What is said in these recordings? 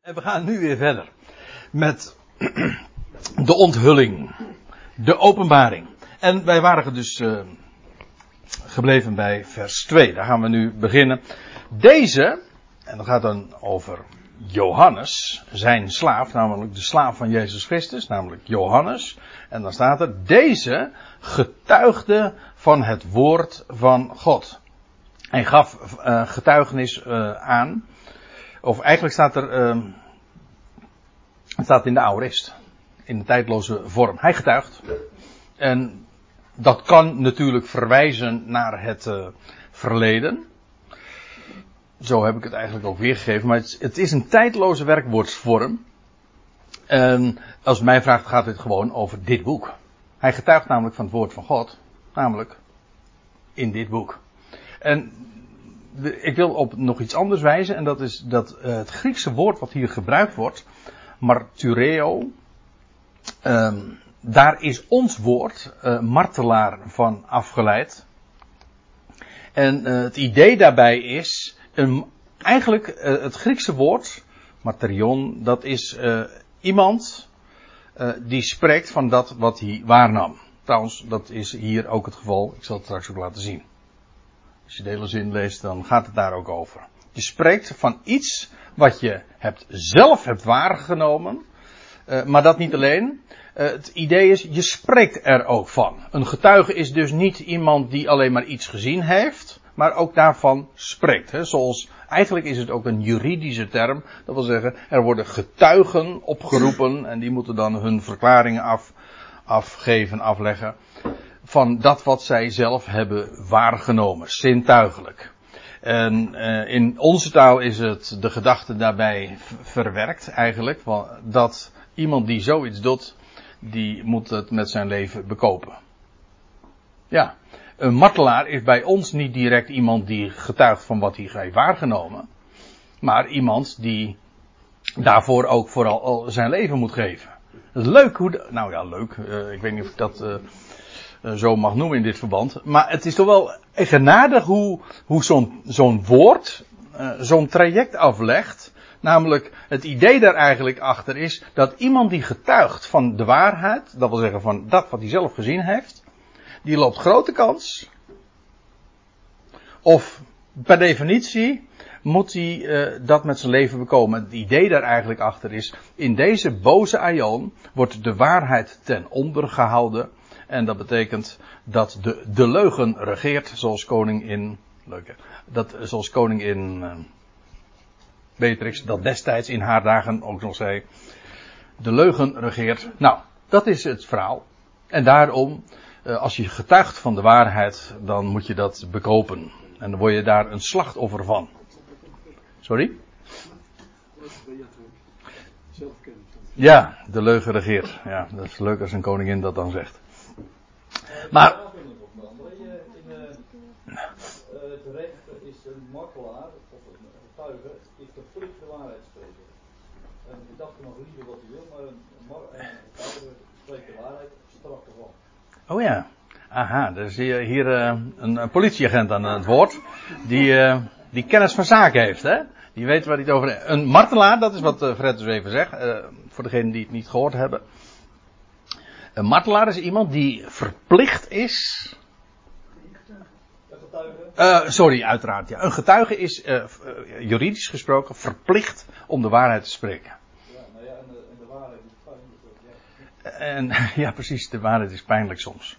En we gaan nu weer verder met de onthulling, de openbaring. En wij waren dus gebleven bij vers 2. Daar gaan we nu beginnen. Deze, en dat gaat dan over Johannes, zijn slaaf, namelijk de slaaf van Jezus Christus, namelijk Johannes. En dan staat er, deze getuigde van het woord van God. Hij gaf getuigenis aan. Of eigenlijk staat er, het staat in de aorist. In de tijdloze vorm. Hij getuigt. En dat kan natuurlijk verwijzen naar het verleden. Zo heb ik het eigenlijk ook weergegeven. Maar het is een tijdloze werkwoordsvorm. En als het mij vraagt gaat het gewoon over dit boek. Hij getuigt namelijk van het woord van God. Namelijk in dit boek. En ik wil op nog iets anders wijzen. En dat is dat het Griekse woord wat hier gebruikt wordt. Martureo. Daar is ons woord martelaar van afgeleid. En het idee daarbij is. Eigenlijk het Griekse woord. Marterion. Dat is iemand. Die spreekt van dat wat hij waarnam. Trouwens dat is hier ook het geval. Ik zal het straks ook laten zien. Als je de hele zin leest, dan gaat het daar ook over. Je spreekt van iets wat je zelf hebt waargenomen. Maar dat niet alleen. Het idee is, je spreekt er ook van. Een getuige is dus niet iemand die alleen maar iets gezien heeft. Maar ook daarvan spreekt. Hè. Zoals, eigenlijk is het ook een juridische term. Dat wil zeggen, er worden getuigen opgeroepen. En die moeten dan hun verklaringen afgeven, afleggen. Van dat wat zij zelf hebben waargenomen. Zintuigelijk. En in onze taal is het de gedachte daarbij verwerkt eigenlijk. Dat iemand die zoiets doet, die moet het met zijn leven bekopen. Ja, een martelaar is bij ons niet direct iemand die getuigt van wat hij heeft waargenomen. Maar iemand die daarvoor ook vooral zijn leven moet geven. Leuk hoe... Nou ja, leuk. Ik weet niet of ik dat... zo mag noemen in dit verband. Maar het is toch wel eigenaardig hoe zo'n woord zo'n traject aflegt. Namelijk het idee daar eigenlijk achter is dat iemand die getuigt van de waarheid, dat wil zeggen van dat wat hij zelf gezien heeft, die loopt grote kans. Of per definitie moet hij dat met zijn leven bekomen. Het idee daar eigenlijk achter is, in deze boze aion wordt de waarheid ten onder gehouden. En dat betekent dat de leugen regeert, zoals koningin Beatrix dat destijds in haar dagen ook nog zei. De leugen regeert. Nou, dat is het verhaal. En daarom, als je getuigt van de waarheid, dan moet je dat bekopen. En dan word je daar een slachtoffer van. Sorry? Ja, de leugen regeert. Ja, dat is leuk als een koningin dat dan zegt. Maar het recht is een martelaar of een getuige is verplicht de waarheid te spreken. En ik dacht nog liever wat hij wil, maar een getuige spreekt de waarheid, straf ervan. Oh ja, aha, dan zie je hier een politieagent aan het woord die kennis van zaken heeft, hè? Die weet waar hij het over heeft. Een martelaar, dat is wat Fred dus even zegt, voor degenen die het niet gehoord hebben. Een martelaar is iemand die verplicht is. Sorry, uiteraard. Ja. Een getuige is juridisch gesproken verplicht om de waarheid te spreken. Ja, nou ja, en de waarheid is pijnlijk. En ja, precies, de waarheid is pijnlijk soms.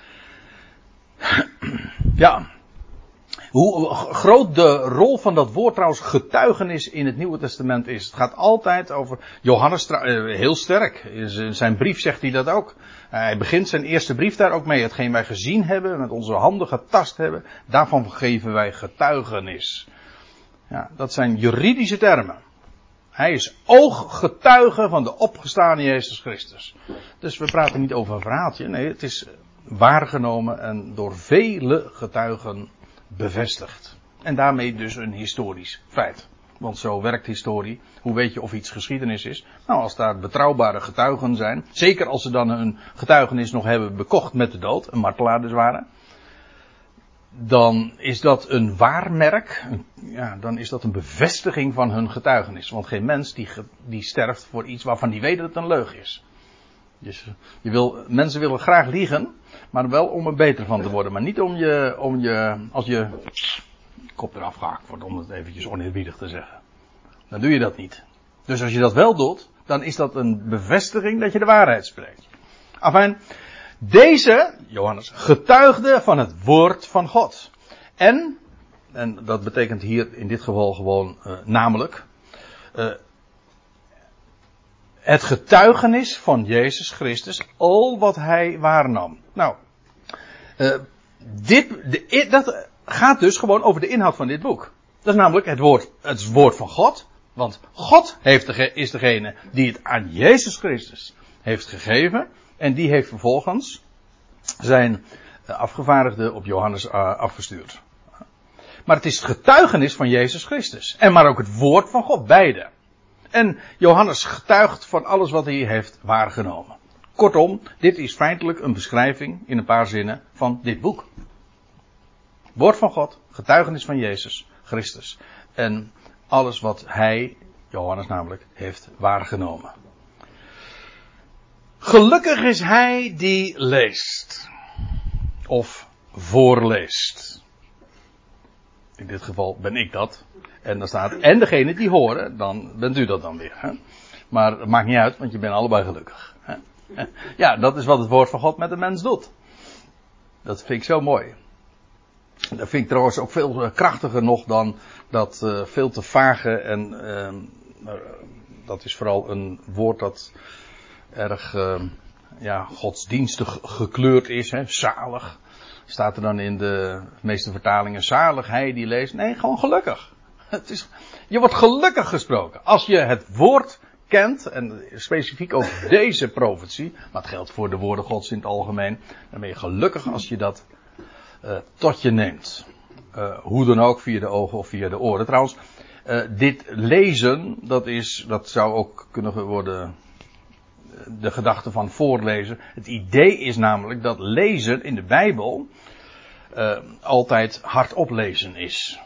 Ja. Hoe groot de rol van dat woord trouwens getuigenis in het Nieuwe Testament is. Het gaat altijd over Johannes, heel sterk. In zijn brief zegt hij dat ook. Hij begint zijn eerste brief daar ook mee. Hetgeen wij gezien hebben, met onze handen getast hebben, daarvan geven wij getuigenis. Ja, dat zijn juridische termen. Hij is ooggetuige van de opgestane Jezus Christus. Dus we praten niet over een verhaaltje. Nee, het is waargenomen en door vele getuigen bevestigd. En daarmee dus een historisch feit. Want zo werkt historie. Hoe weet je of iets geschiedenis is? Nou, als daar betrouwbare getuigen zijn. Zeker als ze dan hun getuigenis nog hebben bekocht met de dood. Een martelaar dus waren. dan is dat een waarmerk. Dan is dat een bevestiging van hun getuigenis. Want geen mens die sterft voor iets waarvan die weet dat het een leugen is. Dus mensen willen graag liegen, maar wel om er beter van te worden. Maar niet als je kop eraf gehakt wordt, om het eventjes oneerbiedig te zeggen. Dan doe je dat niet. Dus als je dat wel doet, dan is dat een bevestiging dat je de waarheid spreekt. Afijn, deze, Johannes, getuigde van het woord van God. En dat betekent hier in dit geval gewoon namelijk, het getuigenis van Jezus Christus, al wat hij waarnam. Nou, dat gaat dus gewoon over de inhoud van dit boek. Dat is namelijk het woord van God. Want God is degene die het aan Jezus Christus heeft gegeven. En die heeft vervolgens zijn afgevaardigde op Johannes afgestuurd. Maar het is het getuigenis van Jezus Christus. En maar ook het woord van God, beide. En Johannes getuigt van alles wat hij heeft waargenomen. Kortom, dit is feitelijk een beschrijving in een paar zinnen van dit boek. Woord van God, getuigenis van Jezus Christus. En alles wat hij, Johannes namelijk, heeft waargenomen. Gelukkig is hij die leest. Of voorleest. In dit geval ben ik dat. En dan staat, en degene die horen, dan bent u dat dan weer. Hè? Maar het maakt niet uit, want je bent allebei gelukkig. Hè? Ja, dat is wat het woord van God met de mens doet. Dat vind ik zo mooi. Dat vind ik trouwens ook veel krachtiger nog dan dat veel te vage en dat is vooral een woord dat erg godsdienstig gekleurd is. Hè? Zalig. Staat er dan in de meeste vertalingen zalig hij die leest. Nee, gewoon gelukkig. Je wordt gelukkig gesproken. Als je het woord kent, en specifiek ook deze profetie, maar het geldt voor de woorden Gods in het algemeen, dan ben je gelukkig als je dat tot je neemt. Hoe dan ook, via de ogen of via de oren. Trouwens, dit lezen, dat zou ook kunnen worden de gedachte van voorlezen. Het idee is namelijk dat lezen in de Bijbel altijd hardop lezen is.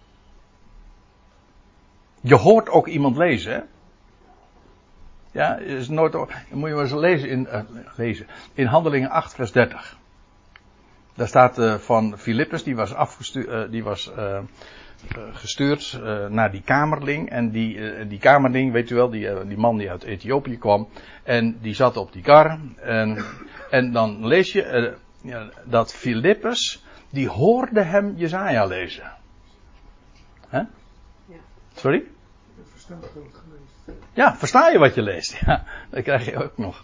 Je hoort ook iemand lezen, hè? Ja, is nooit. Moet je maar eens lezen in Handelingen 8 vers 30. Daar staat van Filippus, die was gestuurd naar die kamerling. En die kamerling, weet u wel, die man die uit Ethiopië kwam. En die zat op die kar. En dan lees je dat Filippus, die hoorde hem Jesaja lezen. Hè? Ja. Sorry? Ja, versta je wat je leest? Ja, dat krijg je ook nog.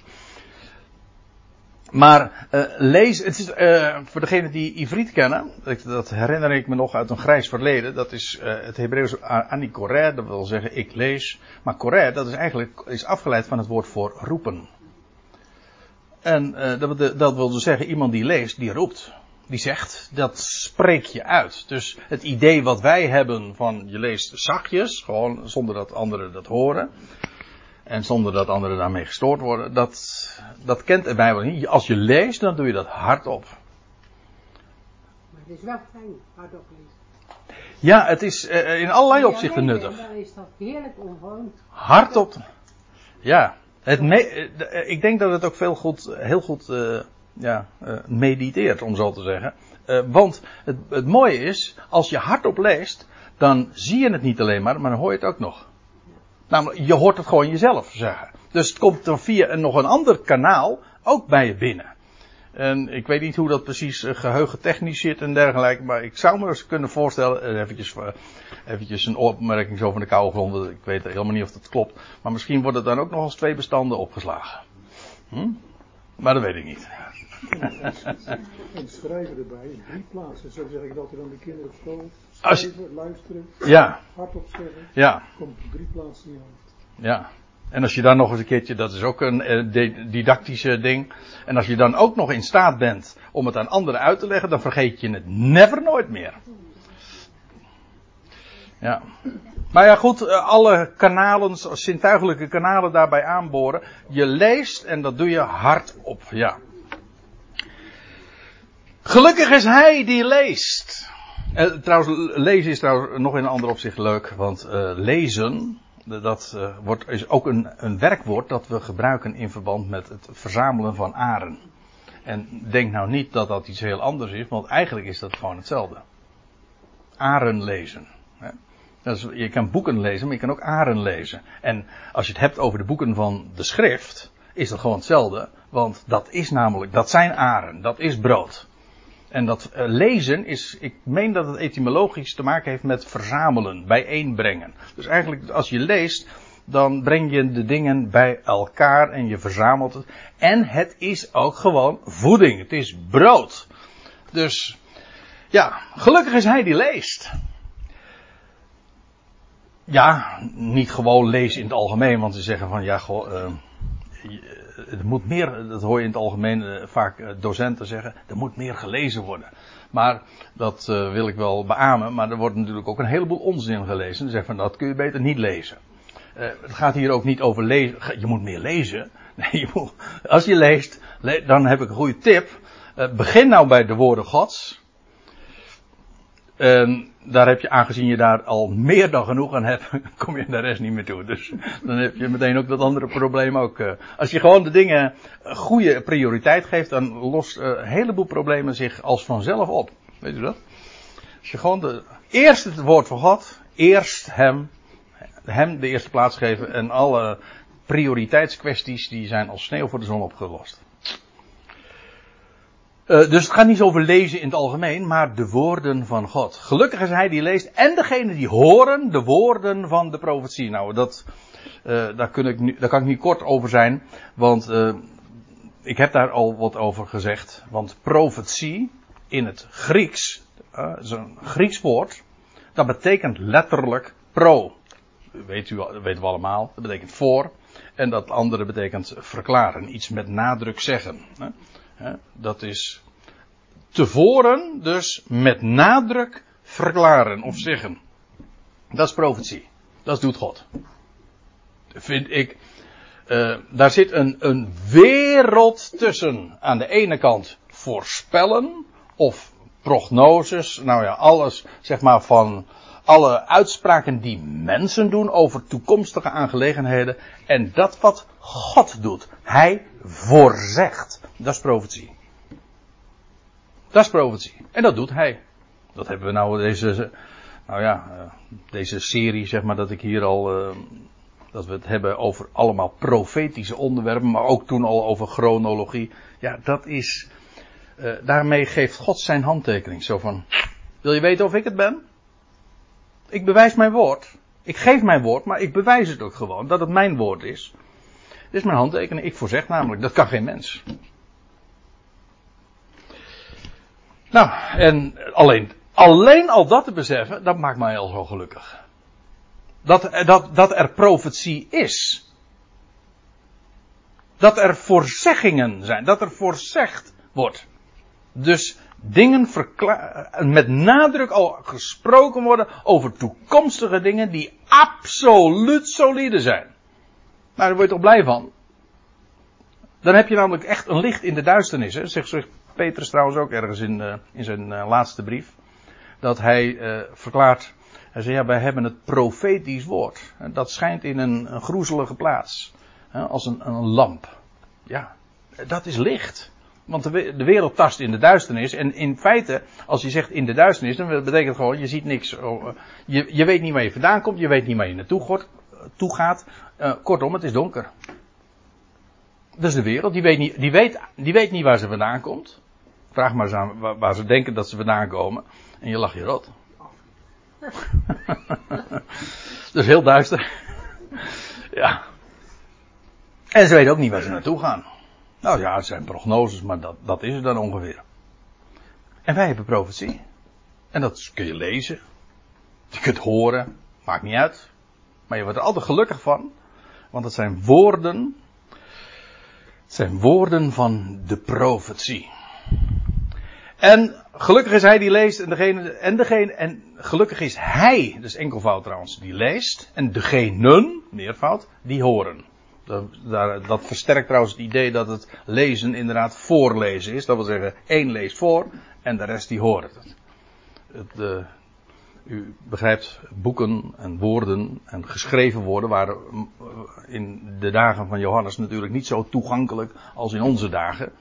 Maar lees, het is voor degenen die Ivriet kennen, dat herinner ik me nog uit een grijs verleden, dat is het Hebreeuws anikoreh, dat wil zeggen ik lees. Maar koreh, dat is eigenlijk afgeleid van het woord voor roepen. En dat wil dus zeggen, iemand die leest, die roept. Die zegt, dat spreek je uit. Dus het idee wat wij hebben van je leest zachtjes, gewoon zonder dat anderen dat horen. En zonder dat anderen daarmee gestoord worden. Dat kent de Bijbel niet. Als je leest, dan doe je dat hardop. Maar het is wel fijn, hardop lezen. Ja, het is in allerlei opzichten nuttig. Dan is dat heerlijk om gewoon hardop. Ja. Ik denk dat het ook heel goed mediteert, om zo te zeggen. Want het mooie is, als je hardop leest, dan zie je het niet alleen maar dan hoor je het ook nog. Namelijk, je hoort het gewoon jezelf zeggen. Dus het komt dan via nog een ander kanaal ook bij je binnen. En ik weet niet hoe dat precies geheugentechnisch zit en dergelijke, maar ik zou me eens kunnen voorstellen, eventjes een opmerking zo van de koude grond, ik weet helemaal niet of dat klopt, maar misschien wordt het dan ook nog als 2 bestanden opgeslagen. Maar dat weet ik niet. En schrijven erbij, in 3 plaatsen, zo zeg ik dat er dan de kinderen op school schrijven, luisteren, hardop zeggen, komt op 3 plaatsen in je hoofd. Ja. En als je dan nog eens een keertje, dat is ook een didactische ding. En als je dan ook nog in staat bent om het aan anderen uit te leggen, dan vergeet je het nooit meer. Ja. Maar ja goed, alle kanalen, zintuigelijke kanalen daarbij aanboren. Je leest en dat doe je hardop, ja. Gelukkig is hij die leest. Trouwens, lezen is trouwens nog in een ander opzicht leuk. Want lezen, dat is ook een werkwoord dat we gebruiken in verband met het verzamelen van aren. En denk nou niet dat dat iets heel anders is, want eigenlijk is dat gewoon hetzelfde. Aren lezen. Dus je kan boeken lezen, maar je kan ook aren lezen. En als je het hebt over de boeken van de schrift, is dat gewoon hetzelfde. Want dat zijn aren, dat is brood. En dat lezen is, ik meen dat het etymologisch te maken heeft met verzamelen, bijeenbrengen. Dus eigenlijk als je leest, dan breng je de dingen bij elkaar en je verzamelt het. En het is ook gewoon voeding, het is brood. Dus ja, gelukkig is hij die leest. Ja, niet gewoon lezen in het algemeen, want ze zeggen van ja, het moet meer, dat hoor je in het algemeen vaak docenten zeggen, er moet meer gelezen worden. Maar dat wil ik wel beamen, maar er wordt natuurlijk ook een heleboel onzin gelezen. Ze zeggen van dat kun je beter niet lezen. Het gaat hier ook niet over lezen, je moet meer lezen. Nee, als je leest, dan heb ik een goede tip. Begin nou bij de woorden Gods. Daar heb je, aangezien je daar al meer dan genoeg aan hebt, kom je de rest niet meer toe. Dus dan heb je meteen ook dat andere probleem ook. Als je gewoon de dingen goede prioriteit geeft, dan lost een heleboel problemen zich als vanzelf op. Weet u dat? Als je gewoon eerst het woord van God, eerst hem de eerste plaats geven en alle prioriteitskwesties die zijn als sneeuw voor de zon opgelost. Dus het gaat niet over lezen in het algemeen, maar de woorden van God. Gelukkig is hij die leest en degene die horen de woorden van de profetie. Nou, daar kan ik niet kort over zijn, want ik heb daar al wat over gezegd. Want profetie in het Grieks, is een Grieks woord, dat betekent letterlijk pro. Dat weten we allemaal, dat betekent voor. En dat andere betekent verklaren, iets met nadruk zeggen. Dat is tevoren dus met nadruk verklaren of zeggen. Dat is profetie. Dat doet God. Vind ik. Daar zit een wereld tussen. Aan de ene kant voorspellen of prognoses. Nou ja, alles zeg maar van alle uitspraken die mensen doen over toekomstige aangelegenheden. En dat wat God doet. Hij voorzegt. Dat is profetie. Dat is profetie. En dat doet hij. Dat hebben we nou deze serie, zeg maar, dat ik hier al, dat we het hebben over allemaal profetische onderwerpen, maar ook toen al over chronologie. Ja, dat is, daarmee geeft God zijn handtekening. Zo van, wil je weten of ik het ben? Ik bewijs mijn woord. Ik geef mijn woord, maar ik bewijs het ook gewoon, dat het mijn woord is. Dit is mijn handtekening. Ik voorzeg namelijk, dat kan geen mens. Nou, en alleen al dat te beseffen, dat maakt mij al zo gelukkig. Dat er profetie is. Dat er voorzeggingen zijn. Dat er voorzegd wordt. Dus dingen met nadruk al gesproken worden over toekomstige dingen die absoluut solide zijn. Nou, daar word je toch blij van. Dan heb je namelijk echt een licht in de duisternis. Hè? Zegt Petrus trouwens ook ergens in zijn laatste brief. Dat hij verklaart. Hij zegt, ja, wij hebben het profetisch woord. Dat schijnt in een groezelige plaats. Als een lamp. Ja, dat is licht. Want de wereld tast in de duisternis. En in feite, als je zegt in de duisternis, dan betekent het gewoon, je ziet niks. Je weet niet waar je vandaan komt. Je weet niet waar je naartoe gaat. Kortom, het is donker. Dat is de wereld. Die weet niet waar ze vandaan komt. Vraag maar eens aan waar ze denken dat ze vandaan komen. En je lacht je rot. Dus heel duister. Ja. En ze weten ook niet waar ze naartoe gaan. Nou ja, het zijn prognoses, maar dat is het dan ongeveer. En wij hebben profetie. En dat kun je lezen. Je kunt horen. Maakt niet uit. Maar je wordt er altijd gelukkig van. Want het zijn woorden. Het zijn woorden van de profetie. En gelukkig is hij die leest en gelukkig is hij, dus enkelvoud trouwens, die leest. En degenen, meervoud, die horen. Dat versterkt trouwens het idee dat het lezen inderdaad voorlezen is. Dat wil zeggen, één leest voor en de rest die horen het. U begrijpt, boeken en woorden en geschreven woorden waren in de dagen van Johannes natuurlijk niet zo toegankelijk als in onze dagen.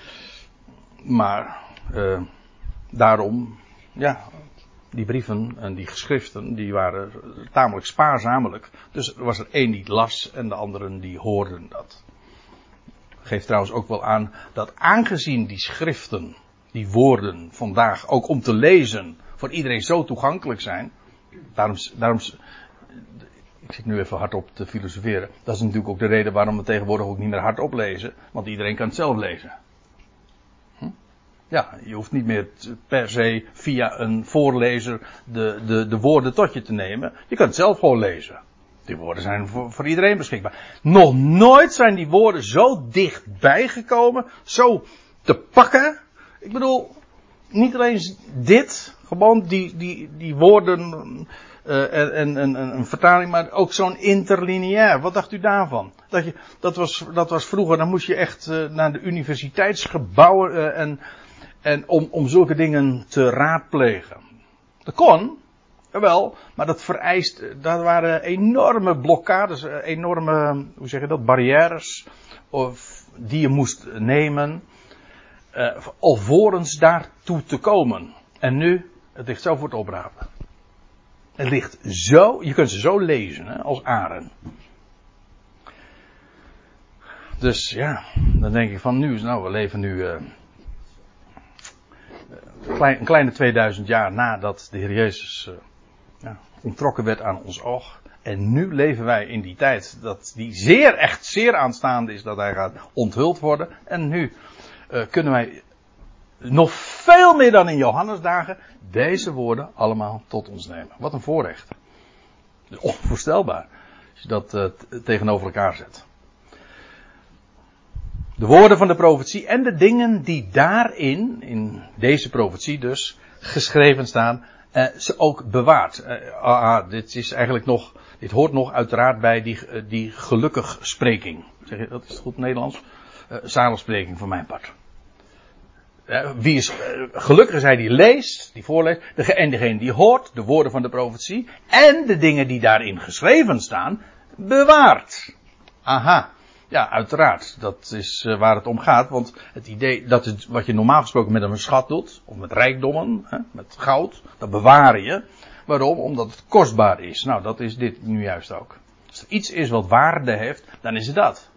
Maar daarom, ja, die brieven en die geschriften, die waren tamelijk spaarzamelijk. Dus er was er één die las en de anderen die hoorden dat. Geeft trouwens ook wel aan dat aangezien die schriften, die woorden vandaag ook om te lezen voor iedereen zo toegankelijk zijn. Daarom ik zit nu even hardop te filosoferen. Dat is natuurlijk ook de reden waarom we tegenwoordig ook niet meer hardop lezen. Want iedereen kan het zelf lezen. Ja, je hoeft niet meer per se via een voorlezer de woorden tot je te nemen. Je kan het zelf gewoon lezen. Die woorden zijn voor iedereen beschikbaar. Nog nooit zijn die woorden zo dichtbij gekomen, zo te pakken. Ik bedoel, niet alleen dit, gewoon die woorden en een vertaling, maar ook zo'n interlineair. Wat dacht u daarvan? Dat was vroeger, dan moest je echt naar de universiteitsgebouwen en om zulke dingen te raadplegen. Dat kon, wel, maar dat vereist, dat waren enorme blokkades, enorme, hoe zeg je dat, barrières, die je moest nemen, alvorens daartoe te komen. En nu, het ligt zo voor het oprapen. Het ligt zo, je kunt ze zo lezen, hè, als aren. Dus ja, dan denk ik van nu, we leven nu een kleine 2000 jaar nadat de Heer Jezus onttrokken werd aan ons oog. En nu leven wij in die tijd dat die zeer aanstaande is dat hij gaat onthuld worden. En nu kunnen wij nog veel meer dan in Johannesdagen deze woorden allemaal tot ons nemen. Wat een voorrecht. Onvoorstelbaar als je dat tegenover elkaar zet. De woorden van de profetie en de dingen die daarin, in deze profetie dus, geschreven staan, ze ook bewaard. Dit hoort nog uiteraard bij die gelukkig-spreking. Zeg je, dat is het goed Nederlands? Zaligspreking van mijn part. Wie is gelukkig is hij die leest, die voorleest, en degene die hoort de woorden van de profetie en de dingen die daarin geschreven staan, bewaart. Aha. Ja, uiteraard. Dat is waar het om gaat. Want het idee, dat is wat je normaal gesproken met een schat doet. Of met rijkdommen, met goud. Dat bewaar je. Waarom? Omdat het kostbaar is. Nou, dat is dit nu juist ook. Als er iets is wat waarde heeft, dan is het dat.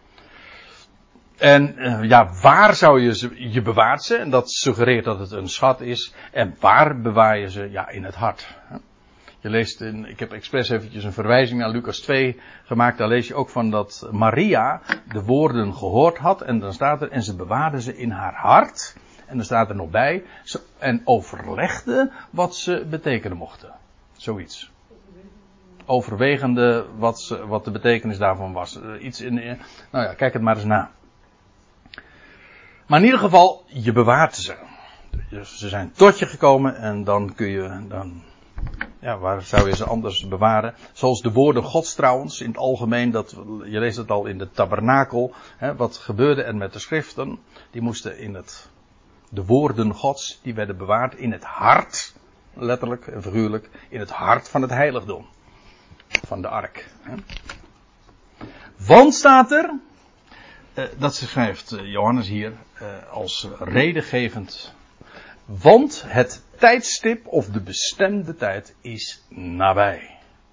En waar zou je bewaart ze? En dat suggereert dat het een schat is. En waar bewaar je ze? Ja, in het hart. Je leest ik heb expres eventjes een verwijzing naar Lucas 2 gemaakt. Daar lees je ook van dat Maria de woorden gehoord had. En dan staat er, en ze bewaarde ze in haar hart. En dan staat er nog bij, en overlegde wat ze betekenen mochten. Zoiets. Overwegende wat de betekenis daarvan was. Kijk het maar eens na. Maar in ieder geval, je bewaart ze. Dus ze zijn tot je gekomen en dan kun je waar zou je ze anders bewaren? Zoals de woorden Gods trouwens, in het algemeen, je leest het al in de tabernakel. Wat gebeurde er met de schriften? Die moesten de woorden Gods, die werden bewaard in het hart, letterlijk en figuurlijk, in het hart van het heiligdom. Van de ark. Want staat er, dat schrijft Johannes hier als redengevend. Want het tijdstip of de bestemde tijd is nabij.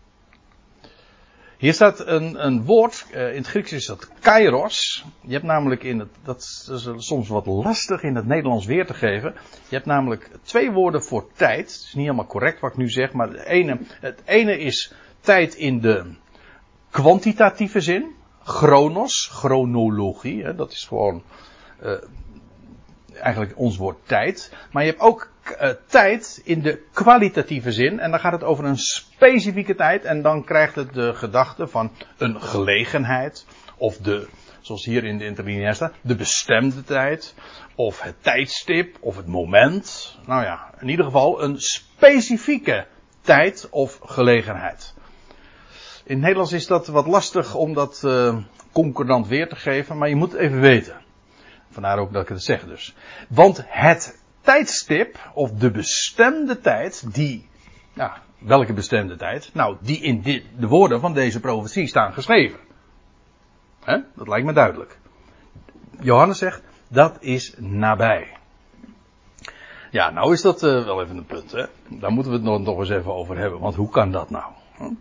Hier staat een woord, in het Grieks is dat kairos. Je hebt namelijk dat is soms wat lastig in het Nederlands weer te geven. Je hebt namelijk 2 woorden voor tijd. Het is niet helemaal correct wat ik nu zeg, maar het ene is tijd in de kwantitatieve zin. Chronos, chronologie, dat is gewoon eigenlijk ons woord tijd. Maar je hebt ook tijd in de kwalitatieve zin. En dan gaat het over een specifieke tijd. En dan krijgt het de gedachte van een gelegenheid. Of zoals hier in de interlineair staat, de bestemde tijd. Of het tijdstip. Of het moment. Nou ja, in ieder geval een specifieke tijd of gelegenheid. In het Nederlands is dat wat lastig om dat concordant weer te geven. Maar je moet het even weten. Vandaar ook dat ik het zeg dus. Want het tijdstip, of de bestemde tijd, die, ja, welke bestemde tijd? Nou, die in de woorden van deze profetie staan geschreven. Dat lijkt me duidelijk. Johannes zegt, dat is nabij. Ja, nou is dat wel even een punt, hè. Daar moeten we het nog eens even over hebben, want hoe kan dat nou?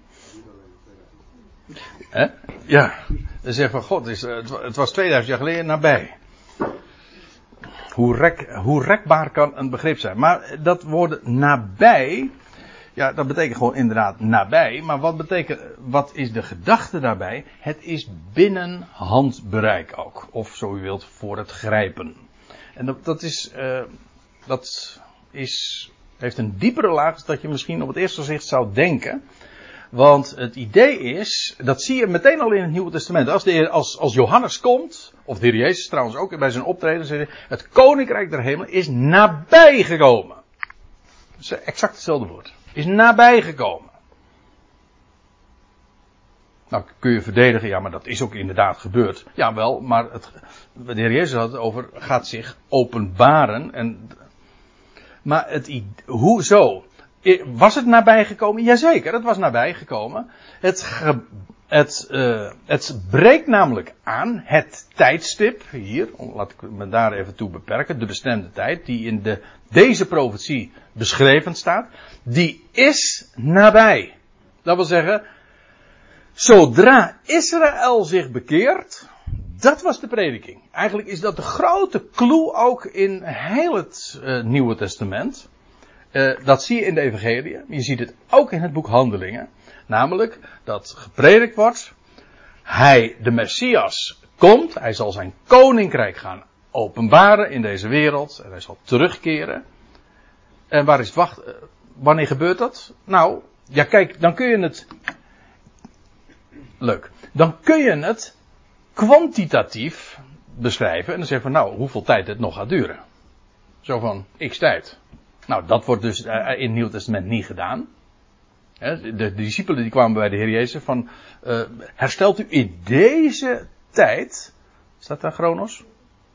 Ja, dan zeggen van God, het was 2000 jaar geleden nabij. Hoe rekbaar kan een begrip zijn? Maar dat woord nabij, ja, dat betekent gewoon inderdaad nabij. Maar wat is de gedachte daarbij? Het is binnen handbereik ook. Of zo u wilt, voor het grijpen. En dat heeft een diepere laag dan dat je misschien op het eerste gezicht zou denken. Want het idee is, dat zie je meteen al in het Nieuwe Testament. Als Johannes komt, of de Heer Jezus trouwens ook bij zijn optreden, zegt hij, het koninkrijk der hemelen is nabij gekomen. Dat is exact hetzelfde woord. Is nabij gekomen. Nou kun je verdedigen, ja, maar dat is ook inderdaad gebeurd. Jawel, maar de Heer Jezus had het over, gaat zich openbaren. Maar hoezo? Was het nabij gekomen? Jazeker, het was nabij gekomen. Het breekt namelijk aan het tijdstip, hier, laat ik me daar even toe beperken, de bestemde tijd, die in deze profetie beschreven staat, die is nabij. Dat wil zeggen, zodra Israël zich bekeert, dat was de prediking. Eigenlijk is dat de grote clue ook in heel het Nieuwe Testament. Dat zie je in de evangelie. Je ziet het ook in het boek Handelingen. Namelijk dat gepredikt wordt. De Messias komt. Hij zal zijn koninkrijk gaan openbaren in deze wereld. En hij zal terugkeren. En wanneer gebeurt dat? Nou, ja kijk, dan kun je het... Leuk. Dan kun je het kwantitatief beschrijven. En dan zeggen we, nou, hoeveel tijd het nog gaat duren. Zo van, x tijd. Nou, dat wordt dus in het Nieuw Testament niet gedaan. De discipelen die kwamen bij de Heer Jezus van, herstelt u in deze tijd, staat daar chronos?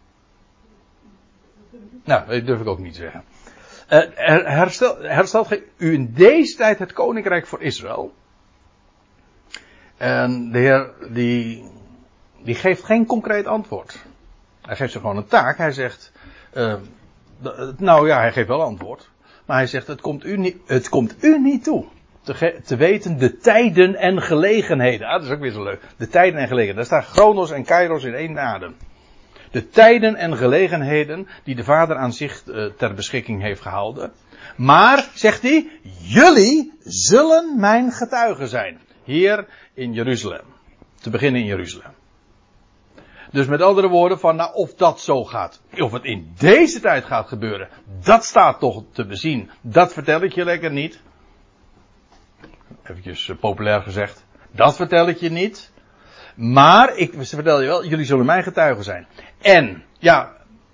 Nou, dat durf ik ook niet te zeggen. Herstelt u in deze tijd het koninkrijk voor Israël? En de Heer, die geeft geen concreet antwoord. Hij geeft ze gewoon een taak. Hij zegt, nou ja, hij geeft wel antwoord. Maar hij zegt, het komt u niet toe. Te weten de tijden en gelegenheden. Dat is ook weer zo leuk. De tijden en gelegenheden. Daar staat chronos en kairos in één adem. De tijden en gelegenheden die de Vader aan zich ter beschikking heeft gehouden. Maar, zegt hij, jullie zullen mijn getuigen zijn. Hier in Jeruzalem. Te beginnen in Jeruzalem. Dus met andere woorden van, nou, of dat zo gaat, of het in deze tijd gaat gebeuren, dat staat toch te bezien. Dat vertel ik je lekker niet. Eventjes populair gezegd. Dat vertel ik je niet. Maar ik vertel je wel, jullie zullen mijn getuigen zijn. En, ja,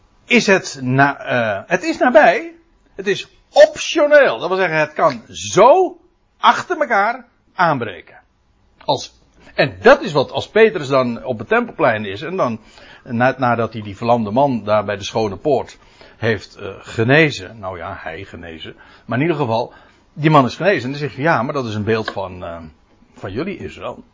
het is nabij. Het is optioneel. Dat wil zeggen, het kan zo achter elkaar aanbreken. En dat is wat als Petrus dan op het Tempelplein is. En dan, nadat hij die verlamde man daar bij de Schone Poort heeft genezen. Nou ja, hij genezen. Maar in ieder geval, die man is genezen. En dan zegt hij, ja, maar dat is een beeld van jullie Israël.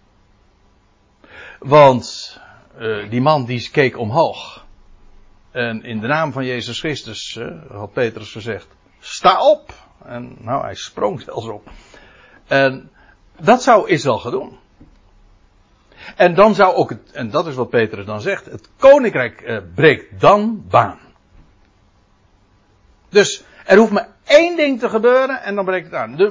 Want die man die keek omhoog. En in de naam van Jezus Christus had Petrus gezegd, sta op. En nou, hij sprong zelfs op. En dat zou Israël gaan doen. En dan zou ook en dat is wat Petrus dan zegt, het koninkrijk breekt dan baan. Dus er hoeft maar één ding te gebeuren en dan breekt het aan.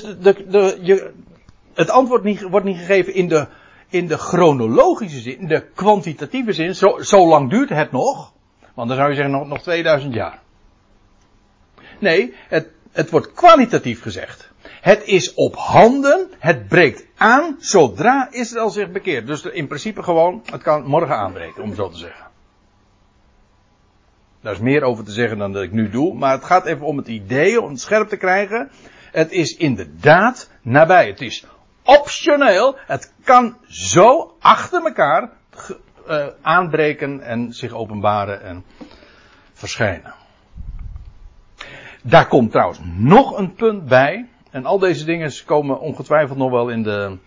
Het antwoord wordt niet gegeven in de chronologische zin, in de kwantitatieve zin. Zo lang duurt het nog, want dan zou je zeggen nog 2000 jaar. Nee, het wordt kwalitatief gezegd. Het is op handen, het breekt aan zodra Israël zich bekeert. Dus in principe gewoon, het kan morgen aanbreken, om zo te zeggen. Daar is meer over te zeggen dan dat ik nu doe, maar het gaat even om het idee, om het scherp te krijgen. Het is inderdaad nabij, het is optioneel, het kan zo achter elkaar aanbreken en zich openbaren en verschijnen. Daar komt trouwens nog een punt bij. En al deze dingen komen ongetwijfeld nog wel in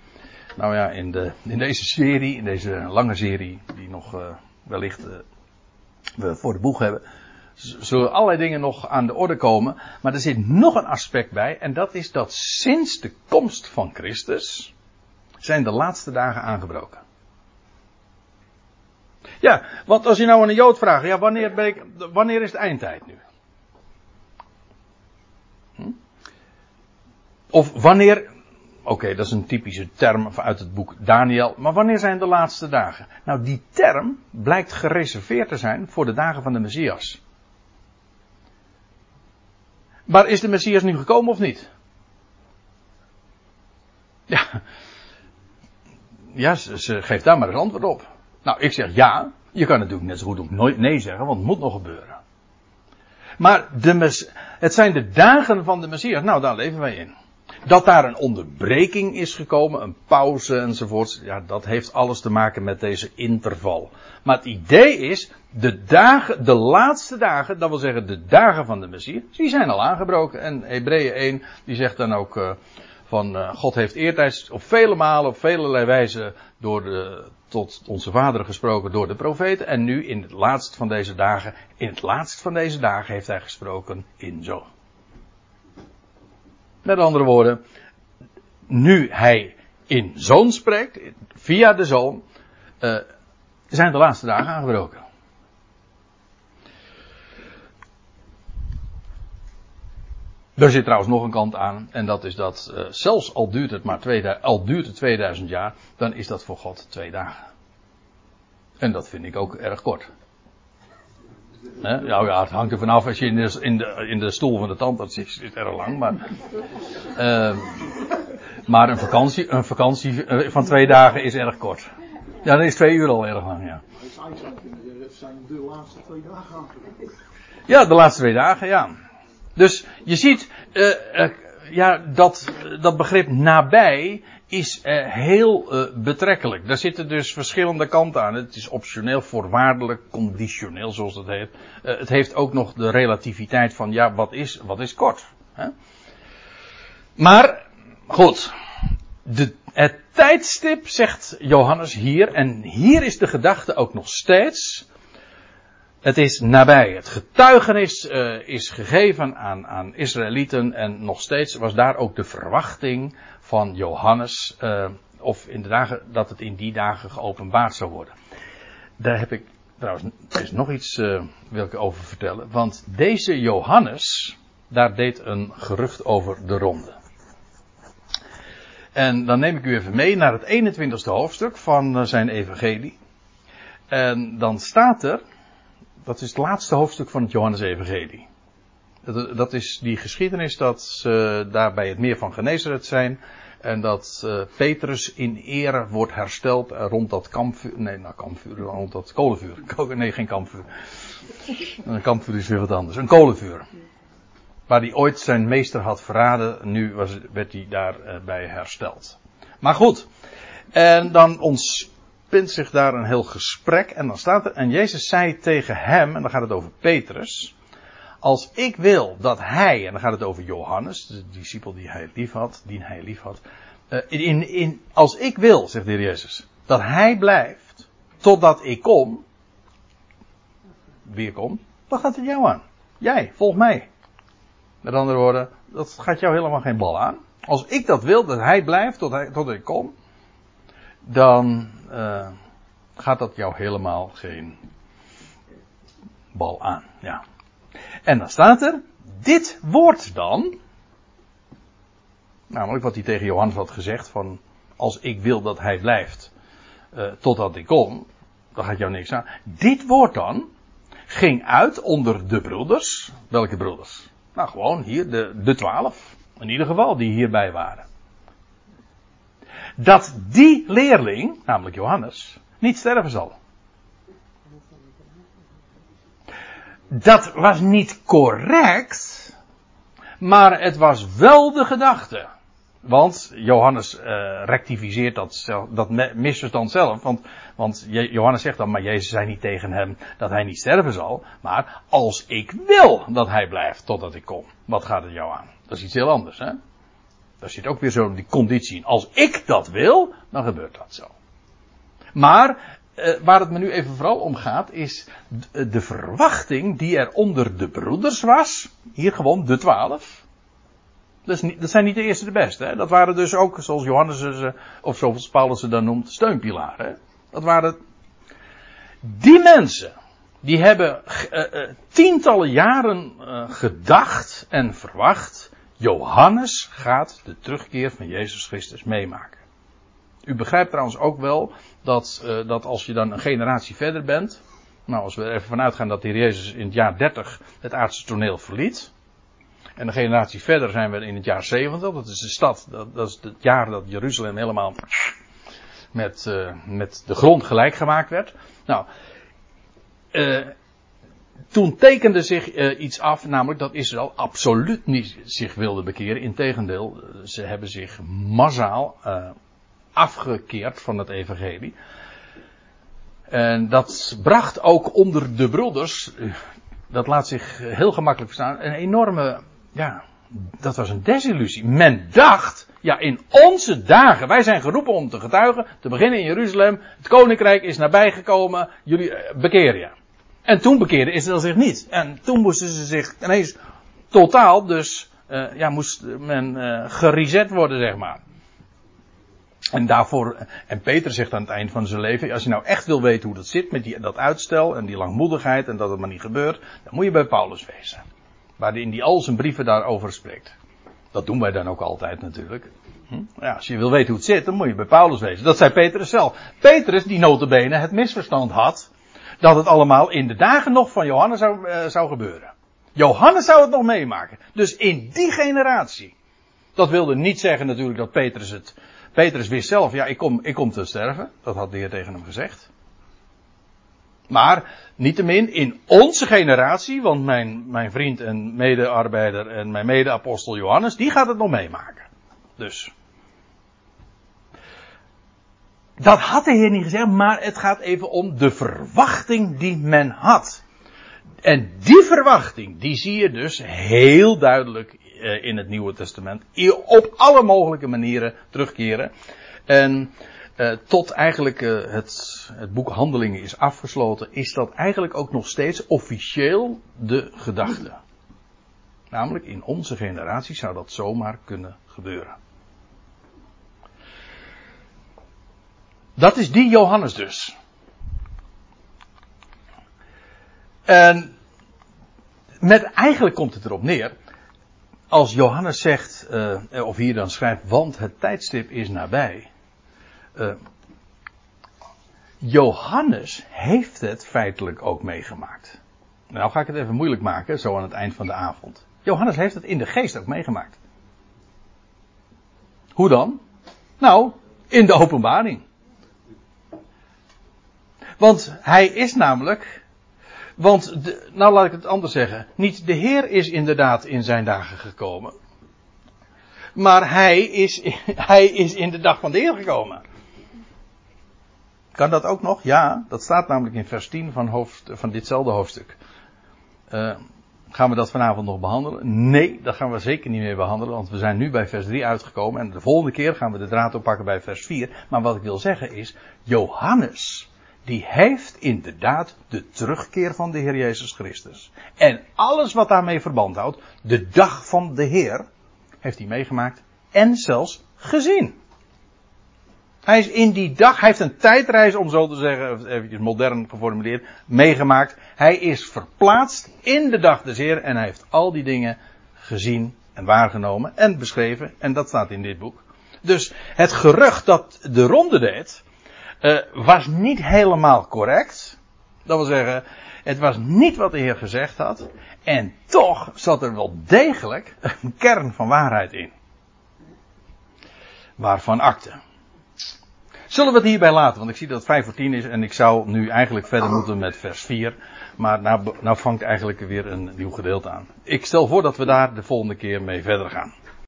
deze serie, in deze lange serie, die nog wellicht we voor de boeg hebben. Zullen allerlei dingen nog aan de orde komen. Maar er zit nog een aspect bij. En dat is dat sinds de komst van Christus zijn de laatste dagen aangebroken. Ja, want als je nou aan een Jood vraagt, ja, wanneer is de eindtijd nu? Of wanneer, oké, dat is een typische term uit het boek Daniel, maar wanneer zijn de laatste dagen? Nou, die term blijkt gereserveerd te zijn voor de dagen van de Messias. Maar is de Messias nu gekomen of niet? Ja, ze geeft daar maar eens antwoord op. Nou, ik zeg ja. Je kan natuurlijk net zo goed ook nooit nee zeggen, want het moet nog gebeuren. Maar het zijn de dagen van de Messias. Nou, daar leven wij in. Dat daar een onderbreking is gekomen, een pauze enzovoort. Ja, dat heeft alles te maken met deze interval. Maar het idee is, de laatste dagen, dat wil zeggen de dagen van de Messias, die zijn al aangebroken. En Hebreeën 1, die zegt dan ook van God heeft eertijds op vele malen, op velelei wijze tot onze vaderen gesproken door de profeten. En nu in het laatst van deze dagen heeft hij gesproken in Zoon. Met andere woorden, nu hij in Zoon spreekt, via de Zoon, zijn de laatste dagen aangebroken. Er zit trouwens nog een kant aan, en dat is dat zelfs al duurt het 2000 jaar, dan is dat voor God 2 dagen. En dat vind ik ook erg kort. Ja, het hangt er vanaf als je in de stoel van de tandarts zit, is het erg lang, maar een vakantie van 2 dagen is erg kort. Ja, dan is 2 uur al erg lang, ja. Het zijn de laatste 2 dagen aangebroken. Ja, de laatste 2 dagen, ja. Dus je ziet, dat begrip nabij is heel betrekkelijk. Daar zitten dus verschillende kanten aan. Het is optioneel, voorwaardelijk, conditioneel zoals dat heet. Het heeft ook nog de relativiteit van, ja, wat is kort? Hè? Maar, goed. Het tijdstip, zegt Johannes hier, en hier is de gedachte ook nog steeds. Het is nabij. Het getuigenis is gegeven aan Israëlieten en nog steeds was daar ook de verwachting van Johannes of in de dagen dat het in die dagen geopenbaard zou worden. Daar heb ik trouwens er is nog iets wil ik over vertellen, want deze Johannes, daar deed een gerucht over de ronde. En dan neem ik u even mee naar het 21ste hoofdstuk van zijn evangelie. En dan staat er, dat is het laatste hoofdstuk van het Johannes-evangelie. Dat is die geschiedenis dat ze daar bij het meer van Genesaret zijn. En dat Petrus in ere wordt hersteld rond dat kampvuur. Rond dat kolenvuur. Nee, geen kampvuur. Een kampvuur is weer wat anders. Een kolenvuur. Waar hij ooit zijn meester had verraden. Nu werd hij daarbij hersteld. Maar goed. En dan ontspint zich daar een heel gesprek. En dan staat er. En Jezus zei tegen hem. En dan gaat het over Petrus. Als ik wil dat hij. En dan gaat het over Johannes. De discipel die hij lief had. Als ik wil, zegt de Heer Jezus. Dat hij blijft. Totdat ik kom. Weer kom. Dan gaat het jou aan. Jij, volg mij. Met andere woorden. Dat gaat jou helemaal geen bal aan. Als ik dat wil, dat hij blijft tot ik kom. Dan gaat dat jou helemaal geen bal aan. Ja. En dan staat er. Dit woord dan. Namelijk wat hij tegen Johannes had gezegd. Van als ik wil dat hij blijft. Totdat ik kom. Dan gaat jou niks aan. Dit woord dan. Ging uit onder de broeders. Welke broeders? Nou gewoon hier de 12. In ieder geval die hierbij waren. Dat die leerling. Namelijk Johannes. Niet sterven zal. Dat was niet correct. Maar het was wel de gedachte. Want Johannes rectificeert dat misverstand zelf. Want Johannes zegt dan, maar Jezus zei niet tegen hem dat hij niet sterven zal. Maar als ik wil dat hij blijft totdat ik kom. Wat gaat het jou aan? Dat is iets heel anders, hè? Daar zit ook weer zo die conditie in. Als ik dat wil, dan gebeurt dat zo. Maar waar het me nu even vooral om gaat, is de verwachting die er onder de broeders was. Hier gewoon de 12. Dat zijn niet de eerste de beste. Hè? Dat waren dus ook, zoals Johannes of zoals Paulus ze dan noemt, steunpilaren. Hè? Dat waren die mensen. Die hebben tientallen jaren gedacht en verwacht. Johannes gaat de terugkeer van Jezus Christus meemaken. U begrijpt trouwens ook wel dat als je dan een generatie verder bent. Nou, als we er even vanuit gaan dat de Heer Jezus in het jaar 30 het aardse toneel verliet. En een generatie verder zijn we in het jaar 70. Dat is de stad, dat is het jaar dat Jeruzalem helemaal met de grond gelijk gemaakt werd. Nou, toen tekende zich iets af, namelijk dat Israël absoluut niet zich wilde bekeren. Integendeel, ze hebben zich massaal afgekeerd van het evangelie. En dat bracht ook onder de broeders, dat laat zich heel gemakkelijk verstaan, een enorme, dat was een desillusie. Men dacht, in onze dagen, wij zijn geroepen om te getuigen, te beginnen in Jeruzalem, het koninkrijk is nabijgekomen, jullie bekeer je. En toen bekeerde Israël zich niet. En toen moesten ze zich ineens totaal, dus moest men gereset worden, zeg maar. En Peter zegt aan het eind van zijn leven, als je nou echt wil weten hoe dat zit met dat uitstel en die langmoedigheid en dat het maar niet gebeurt, dan moet je bij Paulus wezen. Waarin hij al zijn brieven daarover spreekt. Dat doen wij dan ook altijd natuurlijk. Als je wil weten hoe het zit, dan moet je bij Paulus wezen. Dat zei Petrus zelf. Petrus, die nota bene het misverstand had, dat het allemaal in de dagen nog van Johannes zou gebeuren. Johannes zou het nog meemaken. Dus in die generatie. Dat wilde niet zeggen natuurlijk dat Petrus wist zelf, ik kom te sterven. Dat had de Heer tegen hem gezegd. Maar, niettemin, in onze generatie, want mijn vriend en medearbeider en mijn medeapostel Johannes, die gaat het nog meemaken. Dus. Dat had de Heer niet gezegd, maar het gaat even om de verwachting die men had. En die verwachting, die zie je dus heel duidelijk in het Nieuwe Testament. Op alle mogelijke manieren terugkeren. En tot eigenlijk het boek Handelingen is afgesloten, is dat eigenlijk ook nog steeds officieel de gedachte. Namelijk in onze generatie zou dat zomaar kunnen gebeuren. Dat is die Johannes dus. En eigenlijk komt het erop neer, als Johannes zegt, of hier dan schrijft, want het tijdstip is nabij. Johannes heeft het feitelijk ook meegemaakt. Nou ga ik het even moeilijk maken, zo aan het eind van de avond. Johannes heeft het in de geest ook meegemaakt. Hoe dan? Nou, in de openbaring. Want hij is namelijk, nou laat ik het anders zeggen, niet de Heer is inderdaad in zijn dagen gekomen. Maar hij is in de dag van de Heer gekomen. Kan dat ook nog? Ja, dat staat namelijk in vers 10 van ditzelfde hoofdstuk. Gaan we dat vanavond nog behandelen? Nee, dat gaan we zeker niet meer behandelen, want we zijn nu bij vers 3 uitgekomen en de volgende keer gaan we de draad oppakken bij vers 4. Maar wat ik wil zeggen is, Johannes, die heeft inderdaad de terugkeer van de Heer Jezus Christus. En alles wat daarmee verband houdt, de dag van de Heer, heeft hij meegemaakt en zelfs gezien. Hij is in die dag, hij heeft een tijdreis, om zo te zeggen, eventjes modern geformuleerd, meegemaakt. Hij is verplaatst in de dag des Heer en hij heeft al die dingen gezien en waargenomen en beschreven. En dat staat in dit boek. Dus het gerucht dat de ronde deed, was niet helemaal correct. Dat wil zeggen, het was niet wat de Heer gezegd had. En toch zat er wel degelijk een kern van waarheid in. Waarvan akte. Zullen we het hierbij laten, want ik zie dat het 9:55 is en ik zou nu eigenlijk verder moeten met vers 4. Maar nou vangt eigenlijk weer een nieuw gedeelte aan. Ik stel voor dat we daar de volgende keer mee verder gaan.